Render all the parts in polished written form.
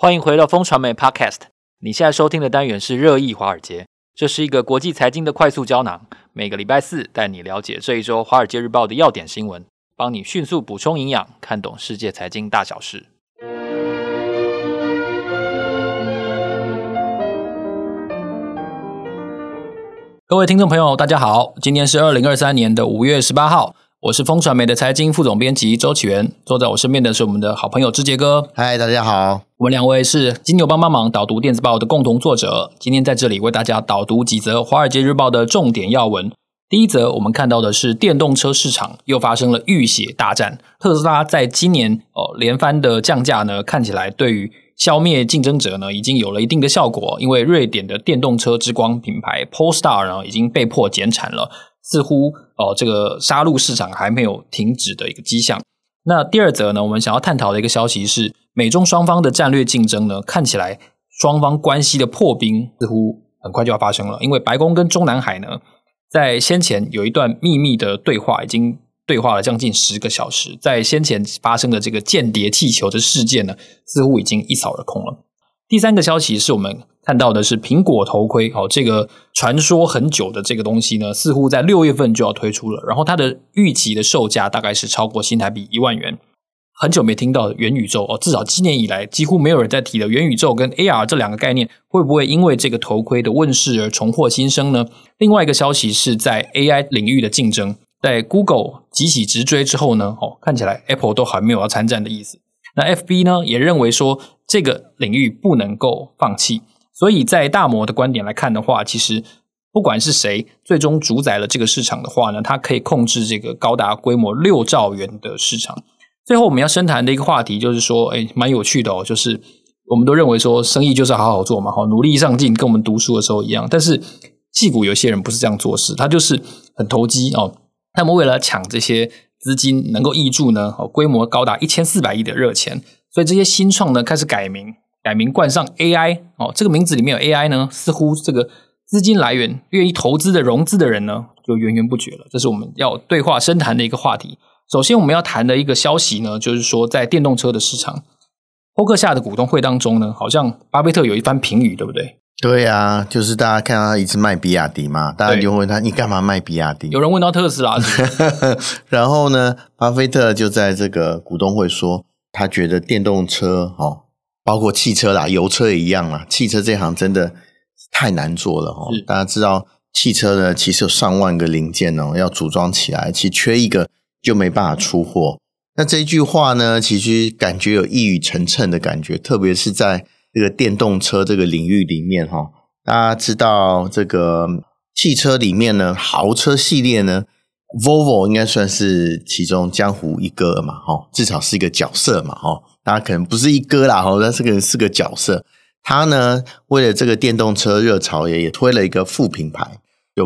欢迎回到风传媒 Podcast。你现在收听的单元是热议华尔街，这是一个国际财经的快速胶囊，每个礼拜四带你了解这一周华尔街日报的要点新闻，帮你迅速补充营养，看懂世界财经大小事。各位听众朋友大家好，今天是2023年的5月18号，我是风传媒的财经副总编辑周启源，坐在我身边的是我们的好朋友志杰哥。 嗨，大家好。 我们两位是金牛帮帮忙导读电子报的共同作者，今天在这里为大家导读几则华尔街日报的重点要闻。第一则我们看到的是电动车市场又发生了浴血大战，特斯拉在今年连番的降价呢，看起来对于消灭竞争者呢已经有了一定的效果，因为瑞典的电动车之光品牌 Polestar 呢已经被迫减产了，似乎这个杀戮市场还没有停止的一个迹象。那第二则呢，我们想要探讨的一个消息是，美中双方的战略竞争呢，看起来双方关系的破冰似乎很快就要发生了，因为白宫跟中南海呢，在先前有一段秘密的对话，已经对话了将近10个小时，在先前发生的这个间谍气球的事件呢，似乎已经一扫而空了。第三个消息是我们看到的是苹果头盔，这个传说很久的这个东西呢，似乎在6月份就要推出了，然后它的预期的售价大概是超过新台币1万元。很久没听到的元宇宙至少今年以来几乎没有人在提的元宇宙跟 AR 这两个概念，会不会因为这个头盔的问世而重获新生呢？另外一个消息是在 AI 领域的竞争，在 Google 急起直追之后呢，看起来 Apple 都还没有要参战的意思。那 FB 呢也认为说这个领域不能够放弃，所以在大摩的观点来看的话，其实不管是谁最终主宰了这个市场的话呢，它可以控制这个高达规模6兆元的市场。最后我们要深谈的一个话题就是说蛮有趣的就是我们都认为说生意就是要好好做嘛，努力上进，跟我们读书的时候一样，但是矽谷有些人不是这样做事，他就是很投机他们为了抢这些资金能够挹注呢规模高达1400亿的热钱，所以这些新创呢开始改名冠上 AI 这个名字里面有 AI 呢，似乎这个资金来源愿意投资的融资的人呢就源源不绝了，这是我们要对话深谈的一个话题。首先我们要谈的一个消息呢，就是说在电动车的市场，波克夏的股东会当中呢，好像巴菲特有一番评语，对不对？ 对啊，就是大家看到他一直卖比亚迪嘛，大家就问他你干嘛卖比亚迪？ 有人问到特斯拉是不是然后呢，巴菲特就在这个股东会说，他觉得电动车包括汽车啦，油车也一样啦，汽车这行真的太难做了大家知道汽车呢其实有上万个零件要组装起来，其实缺一个就没办法出货。那这一句话呢，其实感觉有一语成谶的感觉，特别是在这个电动车这个领域里面大家知道这个汽车里面呢，豪车系列呢 Volvo 应该算是其中江湖一哥嘛至少是一个角色嘛大家可能不是一哥啦但是个角色。他呢为了这个电动车热潮也推了一个副品牌，就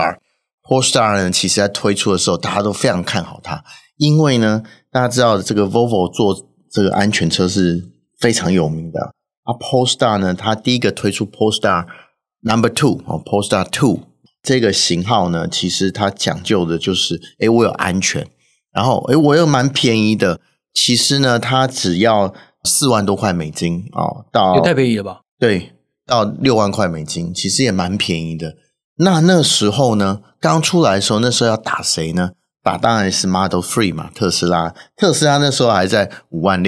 Polestar 呢，其实在推出的时候大家都非常看好它，因为呢大家知道这个 Volvo 做这个安全车是非常有名的Polestar 呢，它第一个推出 Polestar No.2 Polestar 2这个型号呢，其实它讲究的就是我有安全，然后我又蛮便宜的，其实呢它只要4万多块美金到也太便宜了吧？ 对，到6万块美金，其实也蛮便宜的。那时候呢，刚出来的时候，那时候要打谁呢？打当然是 Model 3嘛，特斯拉那时候还在5万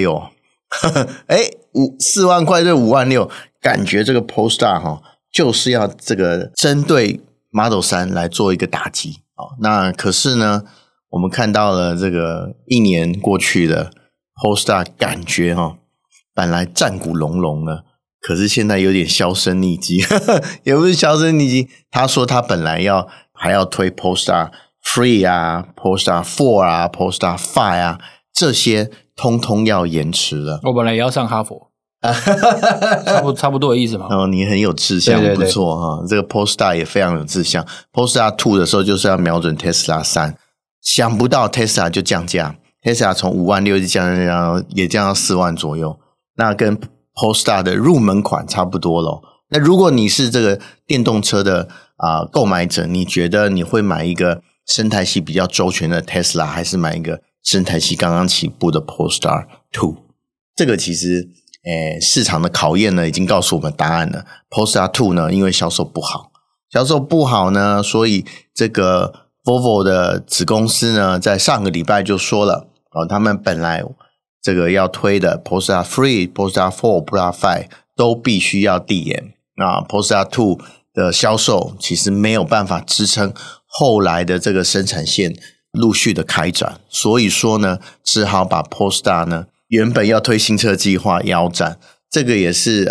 64万块对5万6，感觉这个 Polestar 就是要这个针对 Model 3来做一个打击那可是呢，我们看到了这个1年过去了， Polestar 感觉本来战鼓隆隆了，可是现在有点销声匿迹也不是销声匿迹，他说他本来还要推 Polestar 3 Polestar 4 Polestar 5这些通通要延迟了。 我本来也要上哈佛差不多的意思嘛。 你很有志向， 对对对， 不错这个 Polestar 也非常有志向。Polestar 2的时候就是要瞄准 Tesla 3，想不到 Tesla 就降价， Tesla 从5万6就降到4万左右，那跟 Polestar 的入门款差不多咯。那如果你是这个电动车的购买者，你觉得你会买一个生态系比较周全的 Tesla， 还是买一个生态系刚刚起步的 Polestar 2？这个其实市场的考验呢已经告诉我们答案了。Polestar 2呢因为销售不好呢，所以这个 Volvo 的子公司呢在上个礼拜就说了他们本来这个要推的 Polestar 3、Polestar 4、Polestar 5都必须要递延。那 Polestar 2的销售其实没有办法支撑后来的这个生产线陆续的开展，所以说呢只好把 Polestar 呢原本要推新车计划腰斩。这个也是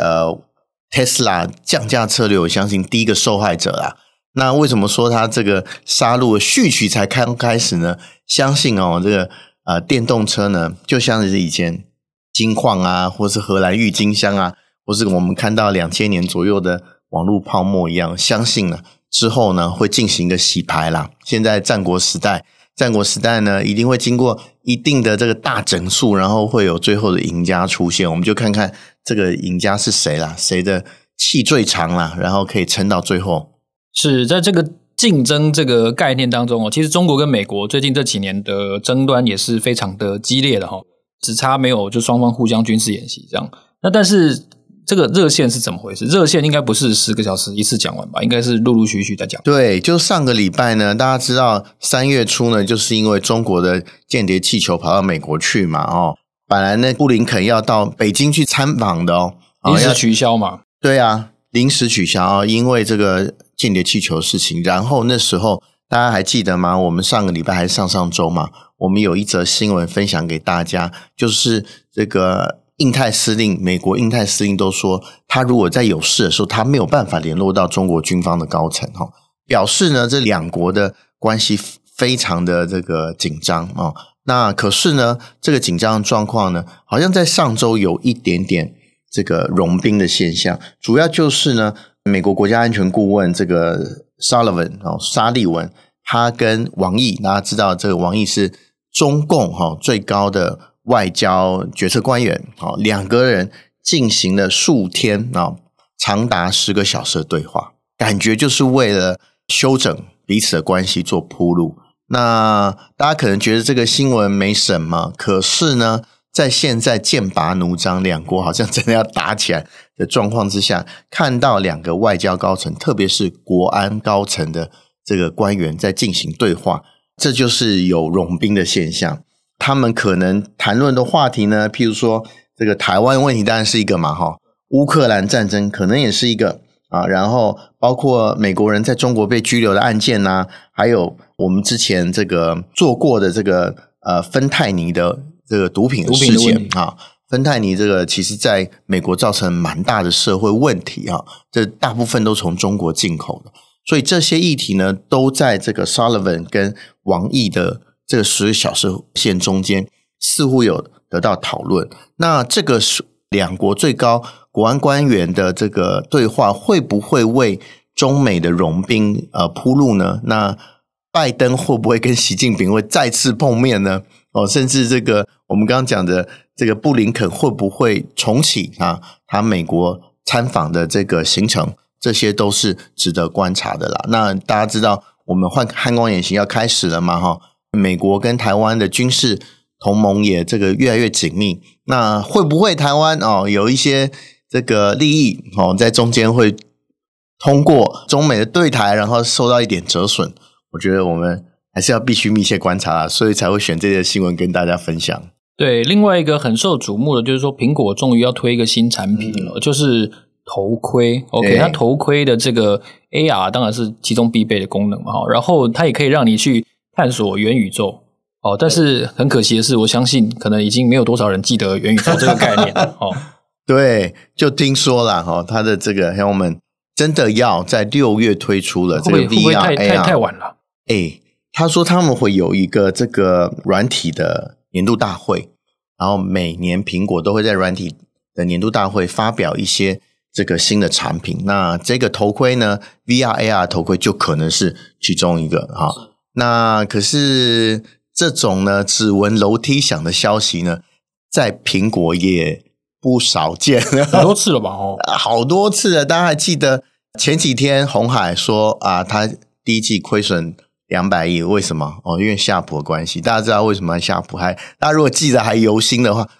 Tesla 降价策略我相信第一个受害者啦。那为什么说它这个杀戮的序曲才刚开始呢？相信这个电动车呢就像是以前金矿啊，或是荷兰郁金香啊，或是我们看到2000年左右的网络泡沫一样，相信呢之后呢会进行一个洗牌啦。现在战国时代呢一定会经过一定的这个大整数，然后会有最后的赢家出现。我们就看看这个赢家是谁啦，谁的气最长啦，然后可以撑到最后。 是在这个竞争这个概念当中其实中国跟美国最近这几年的争端也是非常的激烈的只差没有就双方互相军事演习这样。那但是这个热线是怎么回事？热线应该不是10个小时一次讲完吧，应该是陆陆续续在讲。 对，就上个礼拜呢，大家知道3月初呢，就是因为中国的间谍气球跑到美国去嘛本来呢布林肯要到北京去参访的临时取消嘛。 对啊，临时取消因为这个间谍气球的事情。然后那时候大家还记得吗？我们上个礼拜还是上周嘛，我们有一则新闻分享给大家，就是这个美国印太司令都说他如果在有事的时候他没有办法联络到中国军方的高层表示呢这两国的关系非常的这个紧张那可是呢这个紧张的状况呢好像在上周有一点点这个融冰的现象，主要就是呢美国国家安全顾问这个沙利文他跟王毅，大家知道这个王毅是中共最高的外交决策官员两个人进行了数天长达10个小时的对话，感觉就是为了修整彼此的关系做铺路。那大家可能觉得这个新闻没什么，可是呢在现在剑拔弩张，两国好像真的要打起来的状况之下，看到两个外交高层特别是国安高层的这个官员在进行对话，这就是有融冰的现象。他们可能谈论的话题呢，譬如说这个台湾问题当然是一个嘛乌克兰战争可能也是一个然后包括美国人在中国被拘留的案件还有我们之前这个做过的这个芬太尼的这个毒品的事件芬太尼这个其实在美国造成蛮大的社会问题这大部分都从中国进口的，所以这些议题呢都在这个 Sullivan 跟王毅的这个10小时线中间似乎有得到讨论。那这个两国最高国安官员的这个对话会不会为中美的融冰铺路呢？那拜登会不会跟习近平会再次碰面呢？甚至这个我们刚刚讲的这个布林肯会不会重启他美国参访的这个行程，这些都是值得观察的啦。那大家知道我们汉光演习要开始了嘛美国跟台湾的军事同盟也这个越来越紧密，那会不会台湾有一些这个利益在中间会通过中美的对台然后受到一点折损，我觉得我们还是要必须密切观察所以才会选这些新闻跟大家分享。 对，另外一个很受瞩目的就是说苹果终于要推一个新产品了，就是头盔。 OK， 它头盔的这个 AR 当然是其中必备的功能嘛然后它也可以让你去探索元宇宙但是很可惜的是我相信可能已经没有多少人记得元宇宙这个概念对，就听说啦它的这个像我们真的要在6月推出了这个 VR， 会不会太晚了？ 他说他们会有一个这个软体的年度大会，然后每年苹果都会在软体的年度大会发表一些这个新的产品，那这个头盔呢 VR AR 头盔就可能是其中一个那可是这种呢只闻楼梯响的消息呢在苹果也不少见很多次了吧好多次了。大家还记得前几天鸿海说他第一季亏损200亿，为什么因为夏普的关系。大家知道为什么夏普大家如果记得还犹新的话，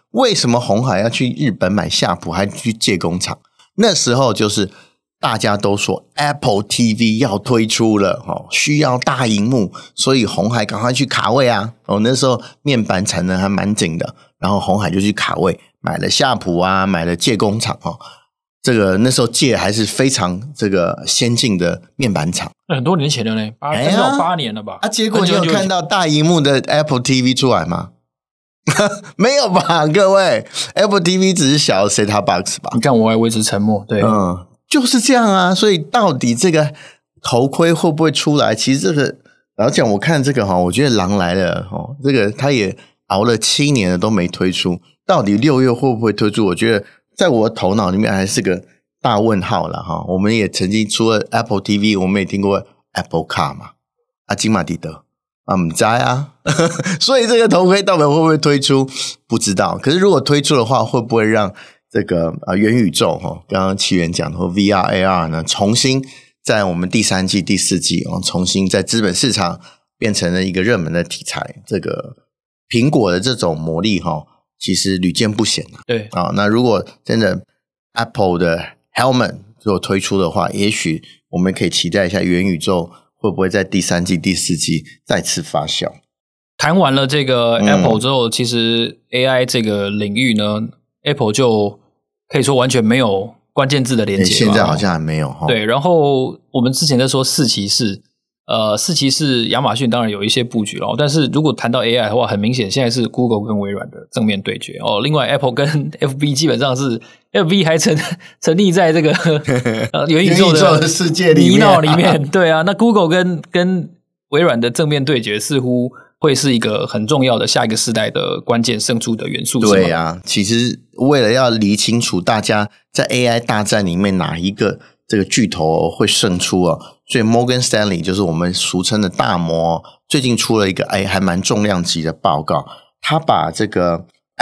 为什么鸿海要去日本买夏普还去借工厂？那时候就是大家都说 Apple TV 要推出了，需要大荧幕，所以鸿海赶快去卡位啊。那时候面板产能还蛮紧的，然后鸿海就去卡位，买了夏普啊，买了借工厂。这个那时候借还是非常这个先进的面板厂， 很多年前了呢，8年了吧？ 结果你有看到大荧幕的 Apple TV 出来吗？没有吧，各位 ，Apple TV 只是小的 set-top box 吧？ 你看我还维持沉默，对， 就是这样啊。所以到底这个头盔会不会出来？其实这个老实讲，我看这个我觉得狼来了这个他也熬了7年了都没推出，到底6月会不会推出？我觉得在我的头脑里面还是个大问号了我们也曾经除了 Apple TV， 我们也听过 Apple Car 嘛，金马迪德。不知啊所以这个头盔到底会不会推出不知道，可是如果推出的话，会不会让这个元宇宙刚刚奇源讲的 VR AR 呢，重新在我们第3季第4季重新在资本市场变成了一个热门的题材。这个苹果的这种魔力其实屡见不鲜对那如果真的 Apple 的 Helmet 如果推出的话，也许我们可以期待一下元宇宙会不会在第3季第4季再次发酵。 谈完了这个 Apple 之后，其实 AI 这个领域呢 Apple 就可以说完全没有关键字的连接， 现在好像还没有对，然后我们之前在说四骑士亚马逊当然有一些布局了，但是如果谈到 AI 的话，很明显现在是 Google 跟微软的正面对决另外 Apple 跟 FB 基本上是 FB 还沉溺在这个元宇宙的世界里面泥淖里面对啊，那 Google 跟微软的正面对决似乎会是一个很重要的下一个世代的关键胜出的元素。 对啊，其实为了要理清楚大家在 AI 大战里面哪一个这个巨头会胜出所以 Morgan Stanley 就是我们俗称的大摩最近出了一个还蛮重量级的报告，他把这个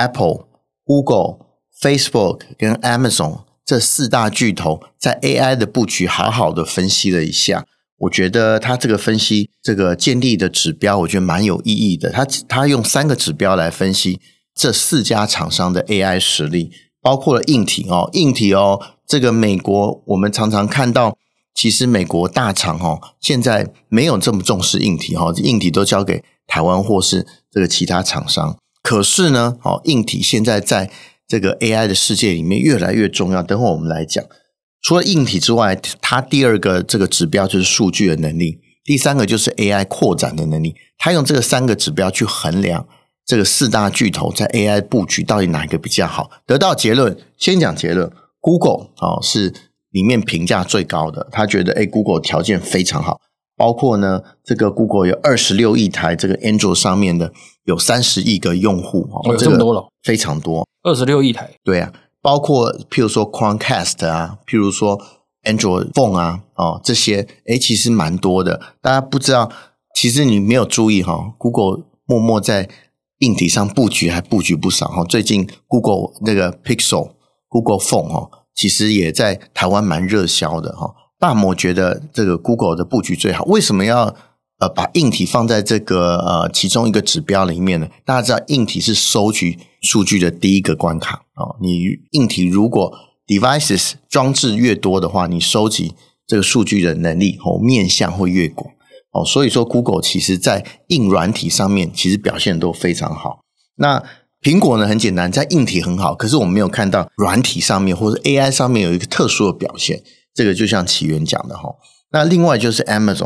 Apple、Google、Facebook 跟 Amazon 这4大巨头在 AI 的布局好好的分析了一下。我觉得他这个分析这个建立的指标我觉得蛮有意义的，他用3个指标来分析这4家厂商的 AI 实力，包括了硬体这个美国我们常常看到其实美国大厂现在没有这么重视硬体硬体都交给台湾或是这个其他厂商，可是呢硬体现在在这个 AI 的世界里面越来越重要，等会我们来讲。除了硬体之外，它第2个这个指标就是数据的能力，第3个就是 AI 扩展的能力，它用这个3个指标去衡量这个4大巨头在 AI 布局到底哪一个比较好，得到结论。先讲结论， Google 是里面评价最高的，他觉得Google 条件非常好，包括呢这个 Google 有26亿台这个 Android 上面的有30亿个用户有这么多了， 非常多 26亿台。 对啊，包括譬如说 Chromecast 啊，譬如说 Android Phone 啊这些其实蛮多的。大家不知道，其实你没有注意Google 默默在硬体上布局还布局不少最近 Google 那个 Pixel Google Phone 其实也在台湾蛮热销的大摩觉得这个 Google 的布局最好，为什么要把硬体放在这个其中一个指标里面呢？大家知道硬体是收集数据的第一个关卡你硬体如果 devices 装置越多的话，你收集这个数据的能力面向会越广所以说 Google 其实在硬软体上面其实表现都非常好。那苹果呢很简单，在硬体很好，可是我们没有看到软体上面或者 AI 上面有一个特殊的表现，这个就像起源讲的那另外就是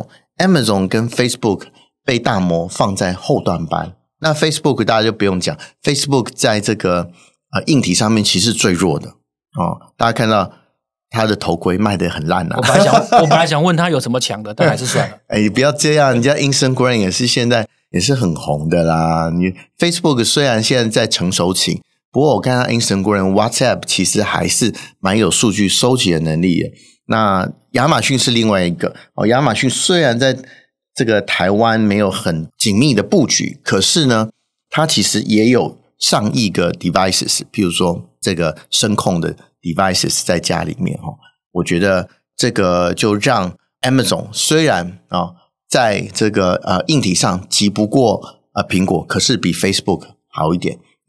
Amazon 跟 Facebook 被大摩放在后段班，那 Facebook 大家就不用讲， Facebook 在这个硬体上面其实最弱的大家看到他的头盔卖得很烂我本来想问他有什么强的，但还是算了你不要这样，人家 Instagram 也是现在也是很红的啦。你 Facebook 虽然现在在成熟期，不过我看到 Instagram WhatsApp 其实还是蛮有数据收集的能力的。那亚马逊是另外一个亚马逊虽然在这个台湾没有很紧密的布局，可是呢它其实也有上亿个 devices， 譬如说这个声控的 devices 在家里面我觉得这个就让 Amazon 虽然在这个硬体上挤不过苹果，可是比 Facebook 好一点。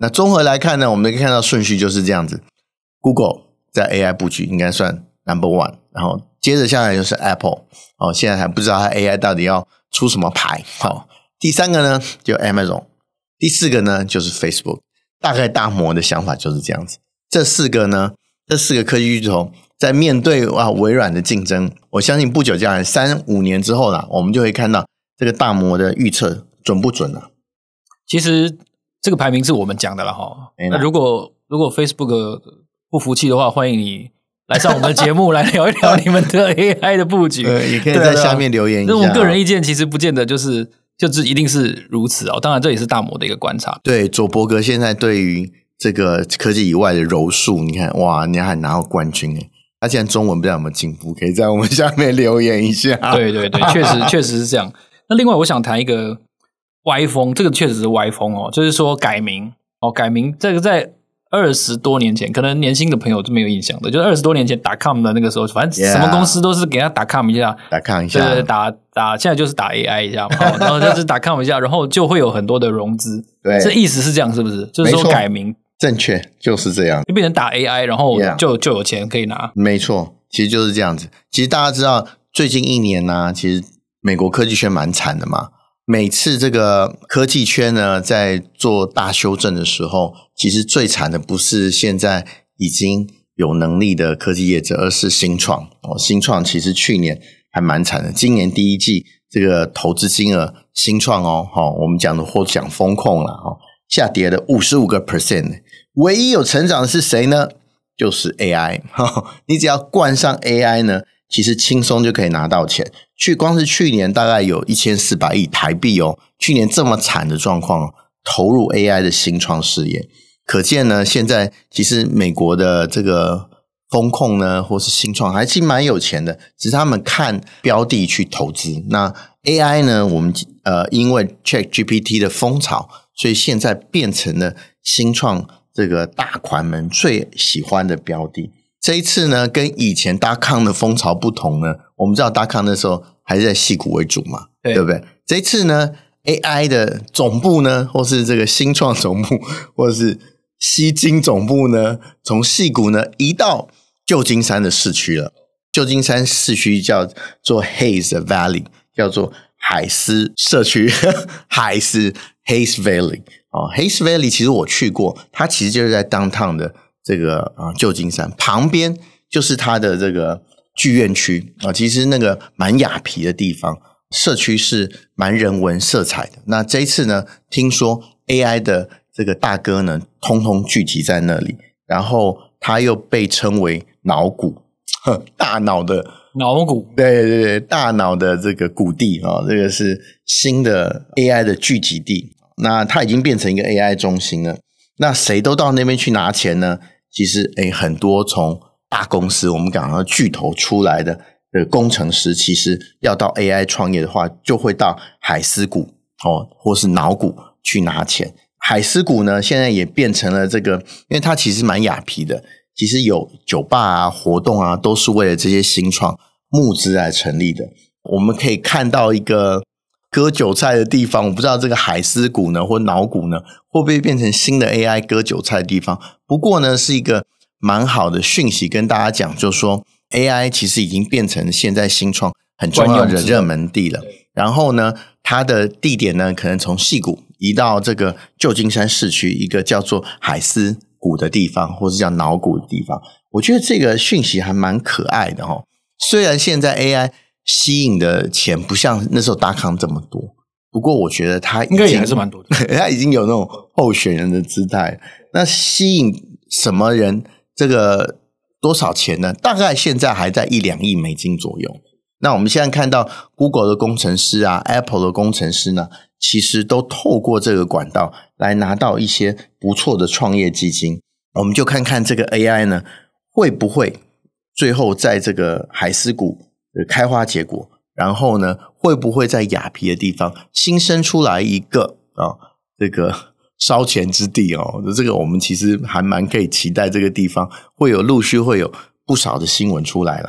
那综合来看呢，我们可以看到顺序就是这样子 ，Google 在 AI 布局应该算 No.1， 然后接着下来就是 Apple， 现在还不知道它 AI 到底要出什么牌。第3个呢就 Amazon， 第4个呢就是 Facebook， 大概大摩的想法就是这样子。这4个科技巨头在面对微软的竞争，我相信不久将来3-5年之后啦，我们就会看到这个大摩的预测准不准了。 其实这个排名是我们讲的了哈。那如果 Facebook 不服气的话，欢迎你来上我们的节目来聊一聊你们的 AI 的布局。 也可以在下面留言一下。 那我个人意见其实不见得就是一定是如此哦。当然这也是大摩的一个观察。 对，佐伯格现在对于这个科技以外的柔术，你看哇，人家还拿到冠军诶。他现在中文不知道有没有进步，可以在我们下面留言一下。 对对对，确实是这样。那另外我想谈一个歪风，这个确实是歪风哦，就是说改名，这个在20多年前，可能年轻的朋友就没有印象的，就是20多年前.com 的那个时候，反正什么公司都是给他.com 一下，对，打现在就是打 AI 一下嘛，然后就是.com 一下，然后就会有很多的融资。 对， 这意思是这样，是不是？就是说改名。 正确，就是这样， 就变成打 AI， 然后就有钱可以拿。 没错，其实就是这样子。其实大家知道，最近1年呢，其实美国科技圈蛮惨的嘛。每次这个科技圈呢在做大修正的时候，其实最惨的不是现在已经有能力的科技业者，而是新创。新创其实去年还蛮惨的，今年第1季这个投资金额，新创我们讲的或讲风控啦下跌了 55%， 唯一有成长的是谁呢？就是 AI。 你只要灌上 AI 呢，其实轻松就可以拿到钱。光是去年大概有1400亿台币去年这么惨的状况，投入 AI 的新创事业，可见呢，现在其实美国的这个风控呢，或是新创还是蛮有钱的，只是他们看标的去投资。那 AI 呢，我们因为 ChatGPT 的风潮，所以现在变成了新创这个大款们最喜欢的标的。这一次呢，跟以前.com的风潮不同呢，我们知道.com那时候还是在矽谷为主嘛， 对不对？这一次呢 AI 的总部呢，或是这个新创总部，或是吸金总部呢，从矽谷呢移到旧金山的市区了。旧金山市区叫做 Hayes Valley， 叫做海斯社区海斯 Hayes Valley。Hayes Valley 其实我去过，它其实就是在 downtown 的这个旧金山旁边，就是它的这个剧院区其实那个蛮雅痞的地方，社区是蛮人文色彩的。那这一次呢，听说 AI 的这个大哥呢，通通聚集在那里，然后它又被称为脑谷，大脑的脑谷， 对对对，大脑的这个谷地这个是新的 AI 的聚集地。那它已经变成一个 AI 中心了。那谁都到那边去拿钱呢？其实很多从大公司，我们讲到巨头出来的工程师，其实要到 AI 创业的话，就会到海斯谷或是脑谷去拿钱。海斯谷呢，现在也变成了这个，因为它其实蛮雅痞的，其实有酒吧活动都是为了这些新创募资来成立的。我们可以看到一个割韭菜的地方，我不知道这个海斯谷呢或脑谷呢会不会变成新的 AI 割韭菜的地方。不过呢，是一个蛮好的讯息跟大家讲，就是说 AI 其实已经变成现在新创很重要的热门地了。然后呢，它的地点呢可能从矽谷移到这个旧金山市区一个叫做海斯谷的地方，或是叫脑谷的地方。我觉得这个讯息还蛮可爱的虽然现在 AI 吸引的钱不像那时候.com这么多，不过我觉得它应该也还是蛮多的。 它已经有那种候选人的姿态。那吸引什么人，这个多少钱呢？大概现在还在1-2亿美金左右。那我们现在看到 Google 的工程师Apple 的工程师呢，其实都透过这个管道来拿到一些不错的创业基金。我们就看看这个 AI 呢，会不会最后在这个海斯谷开花结果，然后呢，会不会在雅痞的地方新生出来一个这个烧钱之地这个我们其实还蛮可以期待，这个地方陆续会有不少的新闻出来了。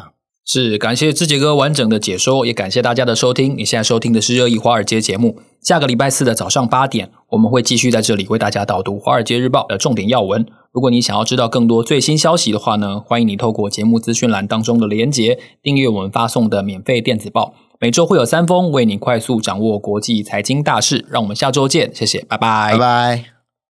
是，感谢志杰哥完整的解说，也感谢大家的收听。你现在收听的是热议华尔街节目，下个礼拜四的早上8点，我们会继续在这里为大家导读华尔街日报的重点要闻。如果你想要知道更多最新消息的话呢，欢迎你透过节目资讯栏当中的连结，订阅我们发送的免费电子报，每周会有3封，为你快速掌握国际财经大事。让我们下周见，谢谢，拜拜， 拜拜。